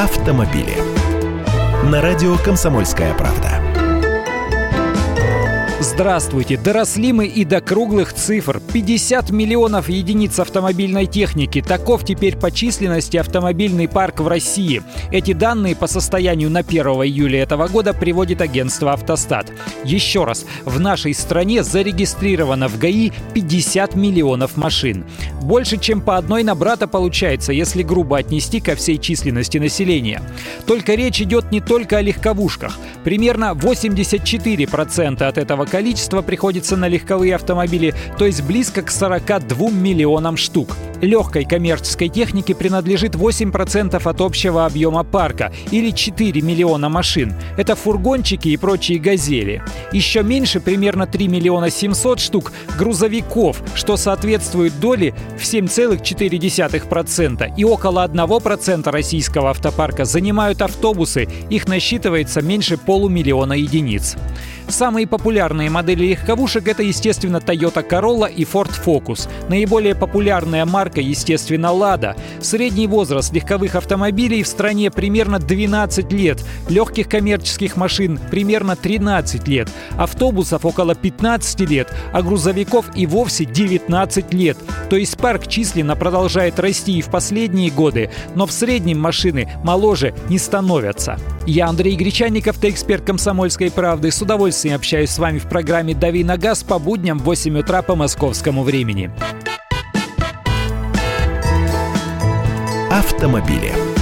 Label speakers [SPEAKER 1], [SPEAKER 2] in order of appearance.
[SPEAKER 1] автомобили. На радио «Комсомольская правда».
[SPEAKER 2] Здравствуйте! Доросли мы и до круглых цифр. 50 миллионов единиц автомобильной техники. Таков теперь по численности автомобильный парк в России. Эти данные по состоянию на 1 июля этого года приводит агентство «Автостат». Еще раз, в нашей стране зарегистрировано в ГАИ 50 миллионов машин. Больше, чем по одной на брата получается, если грубо отнести ко всей численности населения. Только речь идет не только о легковушках. Примерно 84% от этого количества приходится на легковые автомобили, то есть близко к 42 миллионам штук. Легкой коммерческой технике принадлежит 8% от общего объема парка, или 4 миллиона машин. Это фургончики и прочие газели. Еще меньше, примерно 3 миллиона 700 штук, грузовиков, что соответствует доле в 7,4%. И около 1% российского автопарка занимают автобусы, их насчитывается меньше полумиллиона единиц. Самые популярные модели легковушек — это, естественно, Toyota Corolla и Ford Focus. Наиболее популярная марка, естественно, Lada. Средний возраст легковых автомобилей в стране примерно 12 лет, легких коммерческих машин примерно 13 лет, автобусов около 15 лет, а грузовиков и вовсе 19 лет. То есть парк численно продолжает расти и в последние годы, но в среднем машины моложе не становятся. Я Андрей Гречанников, ты эксперт «Комсомольской правды». С удовольствием общаюсь с вами в программе «Дави на газ» по будням в 8 утра по московскому времени.
[SPEAKER 1] Автомобили.